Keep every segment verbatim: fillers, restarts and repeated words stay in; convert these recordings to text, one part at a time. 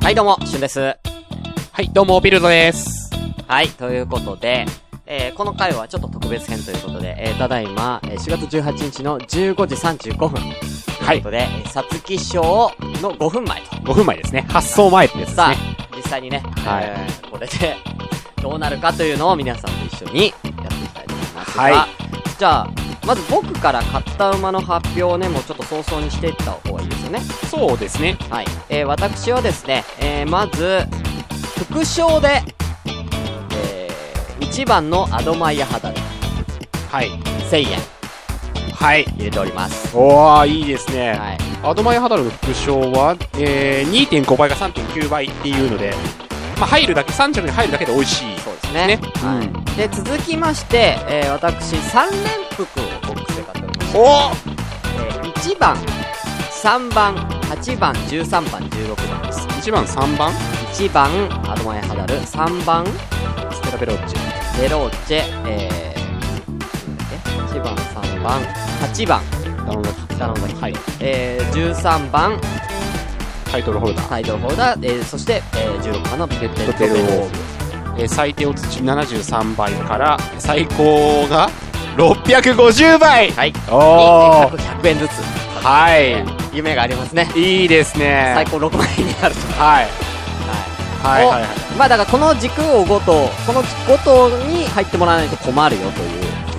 はい、どうも、しゅんです。 はい、どうも、ビルドです。 はい、ということで、えー、この回はちょっと特別編ということで、えー、ただいま、しがつじゅうはちにちのじゅうごじさんじゅうごふん。ということで、さつき賞のごふんまえと。 ごふんまえですね。発送前ってやつですね。さあ、実際にね、はい、えー、これで、どうなるかというのを皆さんと一緒にやっていきたいと思いますが、はい。じゃあ、まず僕から買った馬の発表をね、もうちょっと早々にしていった方がいいですよね。 そうですね。 はい。えー、私はですね、えー、まず、副賞で、えー、いちばんのアドマイヤハダル。 はい。 せんえん。 はい。 入れております。 おー、いいですね。 はい。 アドマイヤハダルの副賞は、えー、にてんごばいが さんてんきゅうばいっていうので、まあ、入るだけ、さん着に入るだけで美味しい。 そうですね。ね。はい。うん、で、続きまして、えー、私、さん連服をボックスで買っております。 おー、 えー、いちばん、さんばん、はちばん、じゅうさんばん、じゅうろくばんです。 いちばん、さんばん ?いちばん、アドマイヤハダル。さんばん、 ステラベローチェ。 ベローチェ、えー、いちばん、さんばん、はちばん、 ダノンザキ。 ダノンザキ。 はい。 えー、じゅうさんばん、 タイトルホルダー。 タイトルホルダー、えー、そして、えー、じゅうろくばんのビットベローブ。 えー、最低オッズななじゅうさんばいから、最高がろっぴゃくごじゅうばい。 はい。 おー。 各ひゃくえんずつ。 はい。 夢がありますね。 いいですね。 最高ろくまんえんになると。 はい。はい。はいはいはい。 まあだからこの軸をごと、このごとに入ってもらわないと困るよという。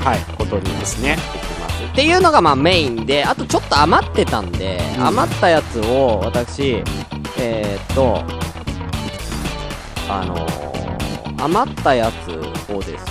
はい。ことにですね。 っていうのがまあメインで、あとちょっと余ってたんで、うん、余ったやつを私、えー、っと、あのー、余ったやつをですね、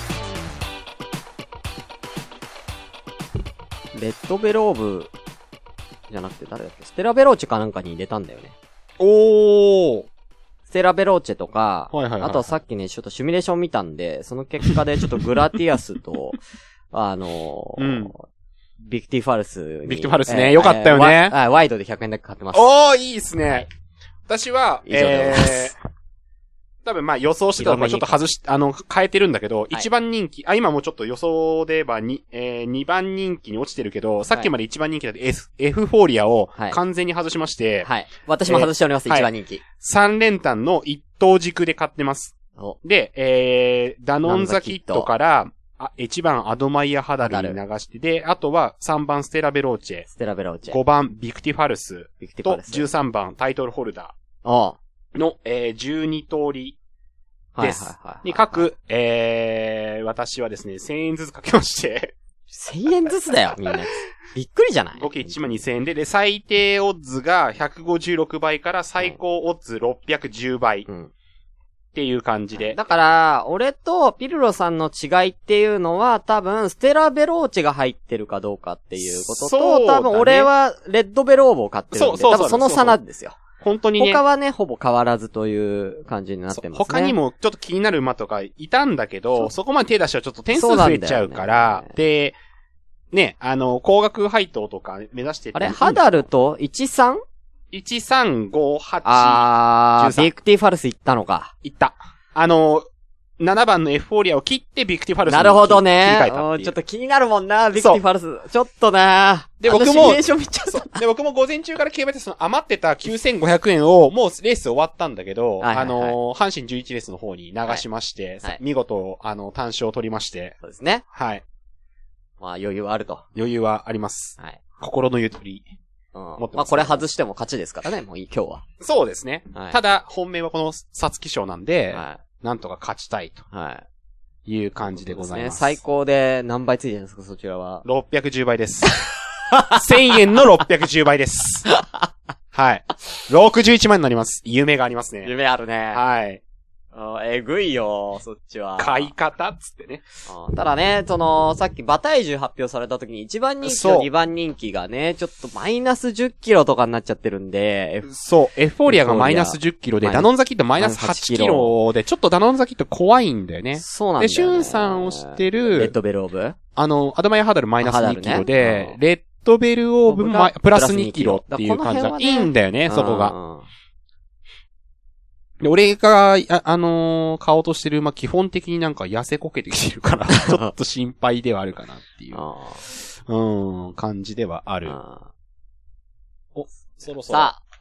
レッドベローブじゃなくて誰だっけ、ステラベローチェかなんかに入れたんだよね。 おー。 ステラベローチェとか、 はいはいはい、 あとはさっきね、ちょっとシミュレーション見たんで、その結果でちょっとグラティアスと、あのー、うん、ビクティファルスに。 ビクティファルスね、えー、よかったよね、 えーワ。ワイドでひゃくえんだけ買ってます。 おー、いいですね。はい、私は、 以上でございます。 えー多分まあ予想してたのがちょっと外し、あの、変えてるんだけど、はい、いちばん人気、あ、今もちょっと予想で言えばに、えー、にばん人気に落ちてるけど、さっきまでいちばん人気だって F、エフフォーリアを完全に外しまして、 はい。はい、私も外しております、えー、いちばん人気。はい、 さん連単の一等軸で買ってます。で、えー、ダノンザキットから、あ、いちばんアドマイヤハダルに流して、で、あとはさんばんステラベローチェ。 ステラベローチェ。 ごばんビクティファルス。ビクティファルス。とじゅうさんばんタイトルホルダー。の、えー、じゅうに通り。です。はいはいはいはい、に各、えー、私はですね、せんえんずつかけまして。 せんえんずつだよ、みんな。びっくりじゃない？ 合計いちまんにせんえんで、で、最低オッズがひゃくごじゅうろくばいから最高オッズろっぴゃくじゅうばい。うん。っていう感じで。 だから、俺とピルロさんの違いっていうのは、多分、ステラベローチェが入ってるかどうかっていうことと、そうだね、多分俺はレッドベローブを買ってるんで、そうそうそう、多分その差なんですよ。 本当にね。 他はね、ほぼ変わらずという感じになってますね。 他にもちょっと気になる馬とかいたんだけど、そ, そこまで手出したらちょっと点数増えちゃうから、ね、で、ね、あの、高額配当とか目指してて。 あれハダルと いちさん? いちさんごはち。 あー、ビクティファルス行ったのか。 行った。あの、ななばんのエフフォーリアを切ってビクティファルスになるほどね。 切り替えたっていう。 ちょっと気になるもんな、ビクティファルス。ちょっとな。 で、僕も、 シミュレーション見ちゃった。 で、僕も午前中から競馬でその余ってたきゅうせんごひゃくえんをもうレース終わったんだけど、はいはいはい、あの、阪神じゅういちレースの方に流しまして、はい、見事、あの、単勝を取りまして。 そうですね。 はい。 まあ余裕はあると。 余裕はあります。はい。心のゆとり。 うん。持ってます、ね。まあこれ外しても勝ちですからね、もう今日は。 そうですね。はい、ただ、本命はこの皐月賞なんで、はい、なんとか勝ちたいと。はい。いう感じでございます。 すね、最高で何倍ついてるんですか、そちらは。 ろっぴゃくじゅうばいです。せんえんのろっぴゃくじゅうばいです。はい。ろくじゅういちまんになります。夢がありますね。 夢あるね。 はい。 あえぐいよ、そっちは。 買い方っつってね。 あただね、その、さっき馬体重発表された時にいちばん人気とにばん人気がね、ちょっとマイナスじゅっキロとかになっちゃってるんで、 そう、エフフォーリアがマイナスじゅっキロで、ダノンザキットマイナスはちキロで、ちょっとダノンザキット怖いんだよね。 そうなんだよね。 で、シュンさんを知ってる、 レッドベルオーブあの、アドマイヤハダルマイナスにキロで、ね、レッドベルオーブプラスにキロっていう感じだ。いいんだよね、そこが。で、俺が、あ、あのー、買おうとしてる馬、基本的になんか痩せこけてきてるから、ちょっと心配ではあるかなっていう、うん、感じではある。お、そろそろ。 さあ、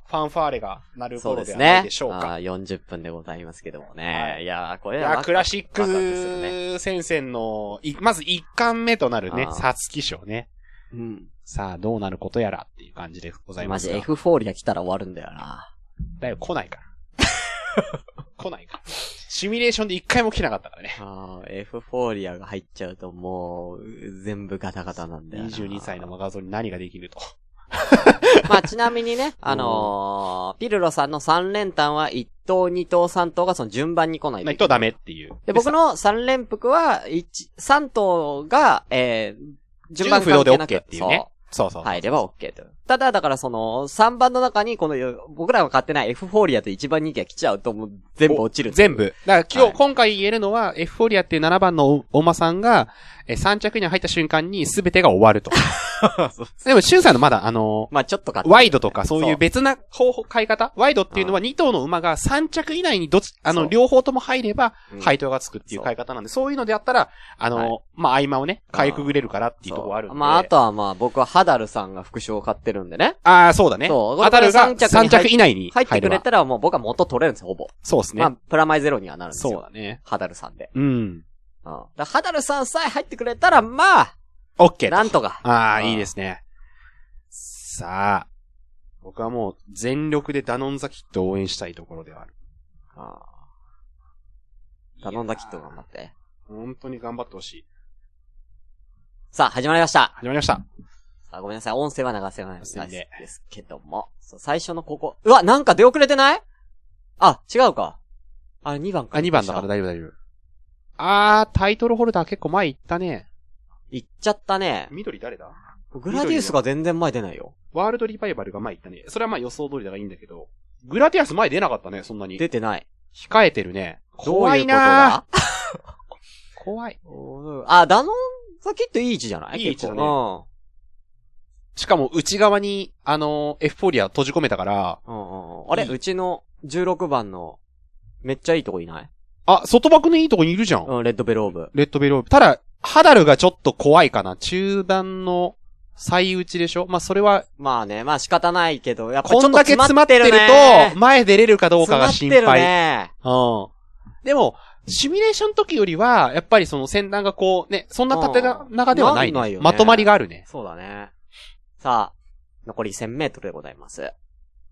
ファンファーレが鳴る頃ではないでしょうか。そうですね。 あよんじゅっぷんでございますけどもね。はい、いやー、これは。いや、クラシック戦線の、まずいっかんめとなるね、皐月賞ね。うん。さあ、どうなることやらっていう感じでございますが。 マジエフフォーリア来たら終わるんだよな。 だよ、来ないから。来ないから。シミュレーションで一回も来なかったからね。 ああ、エフフォーリアが入っちゃうともう、全部ガタガタなんだよな。 にじゅうにさいの画像に何ができると。 まあちなみにね、あのー、ピルロさんのさん連単はいち等、に等、さん等がその順番に来ないと。 ないとダメっていう。 で、僕のさん連複はいち、さん等が、えー、順番関係なく。 順不動で OK っていうね。そうそうそう。 入れば OK と。ただ、だからその、さんばんの中にこの、僕らが買ってないエフフォーリアといちばん人気が来ちゃうともう全部落ちる。 全部。だから今日、はい、今回言えるのは、エフフォーリアっていうななばんのお馬さんが、え、さん着に入った瞬間に全てが終わると。でも、シュンさんのまだ、あのー、 まあちょっと買って、 ワイドとかそういう別な方法、買い方ワイドっていうのはに頭の馬がさん着以内にどっち、あの、両方とも入れば、配当がつくっていう買い方なんで、そういうのであったら、あのーはい、まあ合間をね、買いくぐれるからっていうところがあるんで。 まああとはまあ僕はハダルさんが副賞を買ってるんでね。 ああ、そうだね。そう。ハダルがさん着以内に入ってくれたらもう僕は元取れるんですよ、ほぼ。 そうですね。 まあ、プラマイゼロにはなるんですよ。 そうだね。 ハダルさんで。 うん。 うん。だハダルさんさえ入ってくれたら、まあ、 オッケー。 なんとか。 ああ、いいですね。さあ、僕はもう全力でダノンザキットを応援したいところではある。ああ。ダノンザキット頑張って。 本当に頑張ってほしい。 さあ、始まりました。 始まりました。 さあ、ごめんなさい。音声は流せないですけども。最初のここ。うわ、なんか出遅れてない？あ、違うか。あれにばんか。 あ、にばんだから大丈夫大丈夫。あー、タイトルホルダー結構前行ったね。 行っちゃったね。 緑誰だ？ グラディウスが全然前出ないよ。 ワールドリバイバルが前行ったね。それはまあ予想通りだからいいんだけど。グラディウス前出なかったね、そんなに。 出てない。 控えてるね。怖いなぁ。怖い。 あ、ダノンザキットいい位置じゃない？ いい位置だね。うん。しかも内側に、あのー、エフフォーリア閉じ込めたから。 うんうんうん。あれうちのじゅうろくばんの、めっちゃいいとこいない？ あ、外枠のいいとこにいるじゃん。 うん、レッドベルオーブ。 レッドベルオーブ。ただ、ハダルがちょっと怖いかな。中盤の最打ちでしょ？まあ、それは。 まあね、まあ仕方ないけど、やっぱこんだけ詰まってると、前出れるかどうかが心配。詰まってるね。うん。でも、シミュレーションの時よりは、やっぱりその先端がこう、ね、そんな縦長ではない、ね。ないよね。まとまりがあるね。 そうだね。さあ、残りせんメートルでございます。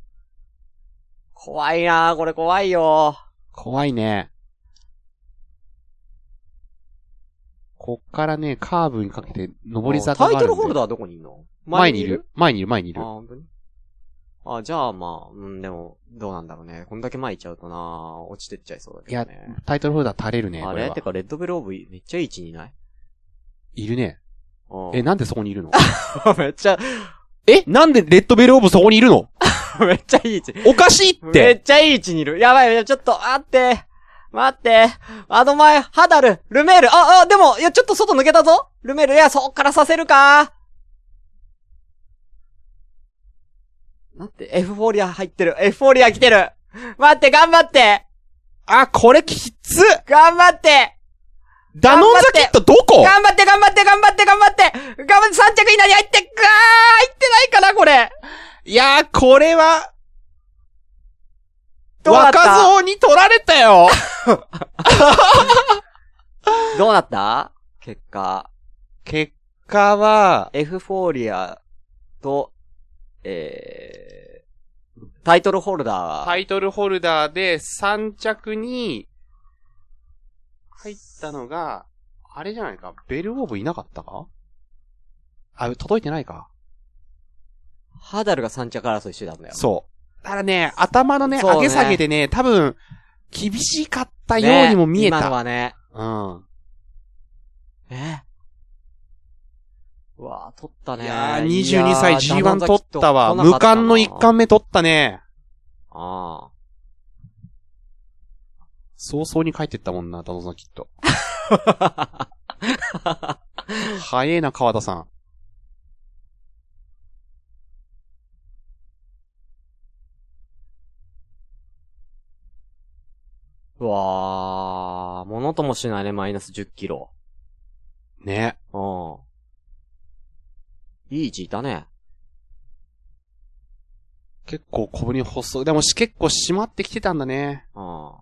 怖いなぁ、これ怖いよ。 怖いね。こっからね、カーブにかけて、上り坂があるんで。 タイトルホルダーはどこにいるの？ 前にいる。前にいる、前にいる。 あ、本当に？あ、じゃあまあ、うん、でも、どうなんだろうね。こんだけ前行っちゃうとな落ちてっちゃいそうだけどね。 いや、タイトルホルダー垂れるね。 あれてか、レッドベルオーブめっちゃいい位置にいない？ いるね。え、なんでそこにいるの？ めっちゃ、 えなんでレッドベルオーブそこにいるの？ めっちゃいい位置。 おかしいって。 めっちゃいい位置にいる。やばい、ちょっと、待って。待って。あの前、ハダル、ルメール。あ、あ、でも、いや、ちょっと外抜けたぞ。ルメール、いや、そっからさせるか。待って、エフフォーリア入ってる。エフフォーリア来てる。待って、頑張って。 あ、これきつ。 頑張って。 ダノンザキットどこ？ 頑張って、頑張って、頑張って、頑張って。頑張って、さん着以内に入って、くー入ってないかな、これ。 いやー、これは、若造に取られたよどうなった結果。 結果は、 エフフォーリアと、えー、タイトルホルダー。 タイトルホルダーでさん着に入ったのが、あれじゃないか、ベルオーブいなかったか？あ、届いてないか。 ハダルがさん着争いしてたんだよ。 そう。ただね、頭のね、上げ下げでね、多分、厳しかったようにも見えた。 ね、今のはね。 うん。 えうわぁ、取ったね。 いやー、にじゅうにさい ジーワン 取ったわ。無冠のいっかんめ取ったね。 ああ。 早々に帰ってったもんな、ダノンザキット。早えな、川田さん。 うわー、ものともしないね、マイナスじゅっキロ。 ね。 うん。いい位置いたね。 結構小ぶりに細い。でも結構締まってきてたんだね。 うん。 あ、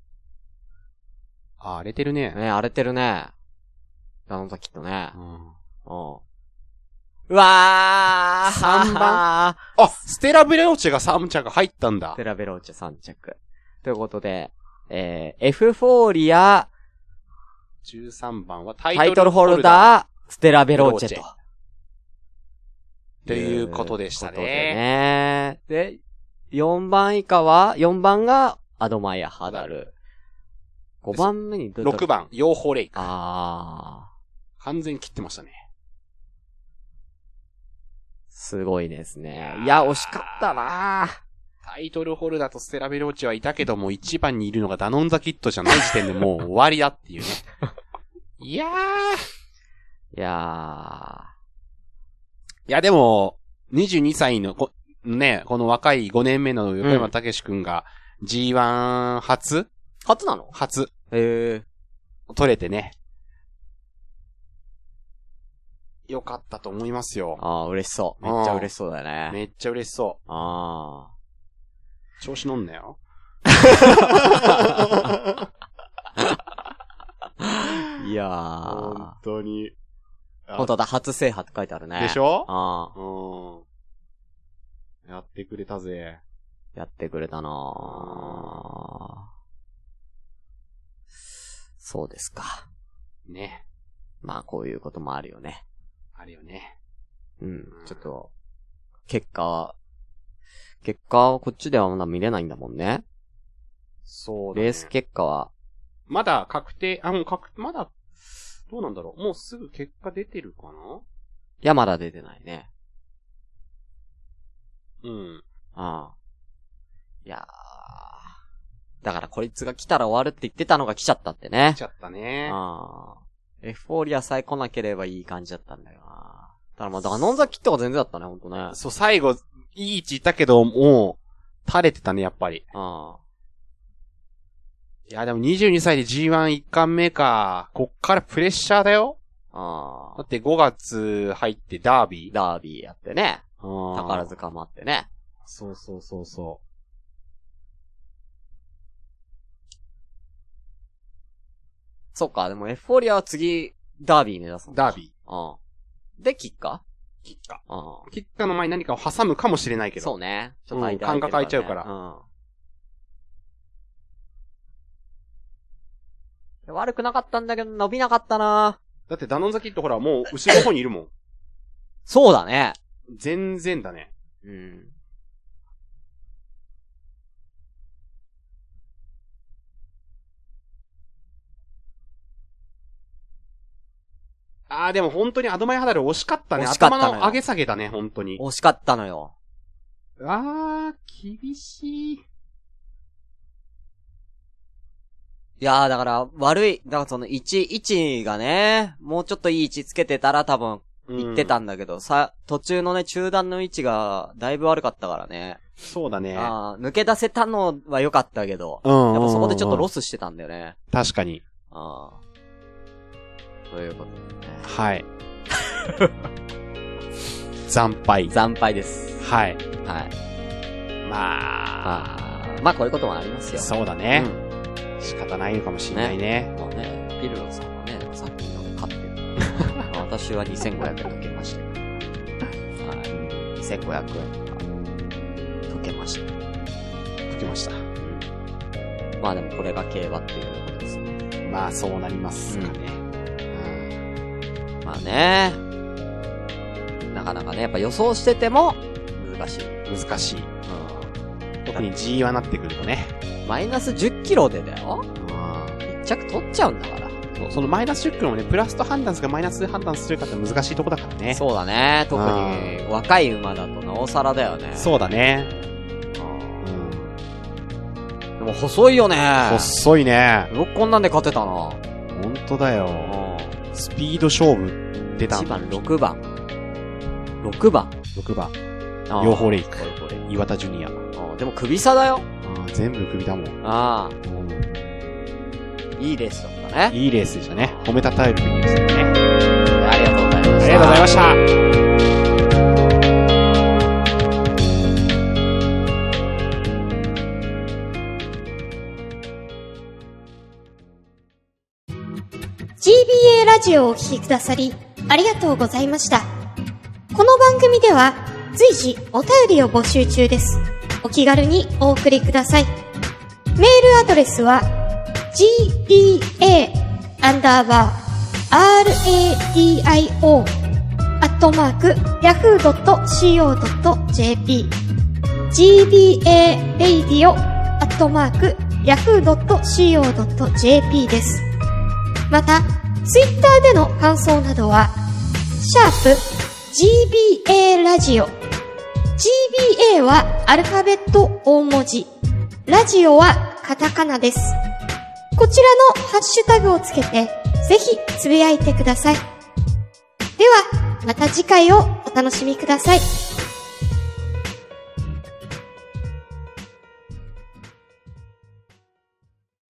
荒れてるね。 ね、荒れてるね。ダノンザキットね。 うん。 うん。うわーさんばんあ、ステラベローチェがさん着入ったんだ。 ステラベローチェさん着。ということで、えー、エフフォーリア、 じゅうさんばんはタイトルホルダー、ステラベローチェと。 ということでしたね。 ということでね。で、よんばん以下は、よんばんがアドマイヤ・ハダル。ごばんめにろくばん、ヨーホレイク。 あー。完全に切ってましたね。 すごいですね。いや、惜しかったなタイトルホルダーとステラベローチェはいたけども、いちばんにいるのがダノンザキットじゃない時点でもう終わりだっていうね。いやー。 いやー。 いやでも、にじゅうにさいのこ、ね、この若いごねんめの横山武史くんが ジーワン 初初なの初。 へー。取れてね。よかったと思いますよ。 ああ、嬉しそう。めっちゃ嬉しそうだね。 めっちゃ嬉しそう。 ああ。 調子乗んなよ。 いやー。 本当に。 本当だ、初制覇って書いてあるね。 でしょ？ ああ。うん。やってくれたぜ。 やってくれたなぁ。そうですか。 ね。 まあ、こういうこともあるよね。 あるよね。 うん。ちょっと、結果は、結果はこっちではまだ見れないんだもんね。 そうだね。 レース結果は。 まだ確定、あ、もう確、まだ、どうなんだろう。もうすぐ結果出てるかないや、まだ出てないね。 うん。 ああ。いやー。だからこいつが来たら終わるって言ってたのが来ちゃったってね。 来ちゃったね。 ああ。エフフォーリアさえ来なければいい感じだったんだよな。だからまあダノンザキットが全然だったね、ほんとね。 そう、最後、いい位置いたけど、もう、垂れてたね、やっぱり。 ああ。 いや、でもにじゅうにさいで ジーワンいっ 冠目か。こっからプレッシャーだよ。 ああ。 だってごがつ入ってダービー。 ダービーやってね。 あ宝塚もあってね。 そうそうそうそう。 そっか、でもエフフォーリアは次、ダービー目指すんだ。 ダービー。うん。で、キッカキッカ。 うん。 キッカの前に何かを挟むかもしれないけど。 そうね。 ちょっと間空いてるからね。間隔空いちゃうから。 うん。悪くなかったんだけど、伸びなかったな。 だってダノンザキットほら、もう後ろの方にいるもん。 そうだね。 全然だね。 うん。 あーでも本当にアドマイハダル惜しかったね。 惜しかったのよ。 頭の上げ下げだね、本当に。 惜しかったのよ。 あー、厳しい。 いやーだから悪い、だからその位置、位置がね、もうちょっといい位置つけてたら多分行ってたんだけど、うん、さ、途中のね、中段の位置がだいぶ悪かったからね。 そうだね。 あ抜け出せたのは良かったけど、 うんうんうんうん、 やっぱそこでちょっとロスしてたんだよね。 確かに。 あということでね。 はい。惨敗。 惨敗です。 はい。 はい。 まあ、 まあ、まあこういうこともありますよ。 そうだね。うん、仕方ないのかもしれないね。 まあね、ピルロさんはね、さっきので勝ってる。私はにせんごひゃくえん解けましたよ。はい。にせんごひゃくえん解けました。 解けました。うん。 まあでもこれが競馬っていうことですね。 まあそうなりますかね。うんうん、まあね。なかなかね、やっぱ予想してても難しい。 難しい。うん、特に ジーワン なってくるとね。 マイナスじゅっキロでだよ。一着取っちゃうんだから。 そう、そのマイナスじゅっキロもね、プラスと判断するかマイナスで判断するかって難しいとこだからね。 そうだね。特に若い馬だとなおさらだよね。 そうだね。 うん。でも細いよね。 細いね。 よくこんなんで勝てたな。 ほんとだよ。スピード勝負出たんだ。 いちばん、ろくばん。ろくばん。 ろくばん。ヨーホレイク。岩田ジュニア。 でも首差だよ。 全部首だもん。 ああ。いいレースだったね。 いいレースでしたね。褒めたたえるべきですよね。 ありがとうございました。 ありがとうございました。 ー ラジオをお聞きくださり、ありがとうございました。この番組では、随時お便りを募集中です。お気軽にお送りください。メールアドレスは、ジービーエー アンダーバー アールエーディーアイオー アットマーク ヤフー ドット シーオー ドット ジェーピー ジービーエー レイディオ アットマーク ヤフー ドット シーオー ドット ジェーピー です。また、ツイッターでの感想などは、シャープ ジービーエー ラジオ。ジービーエー はアルファベット大文字。ラジオはカタカナです。こちらのハッシュタグをつけて、ぜひつぶやいてください。では、また次回をお楽しみください。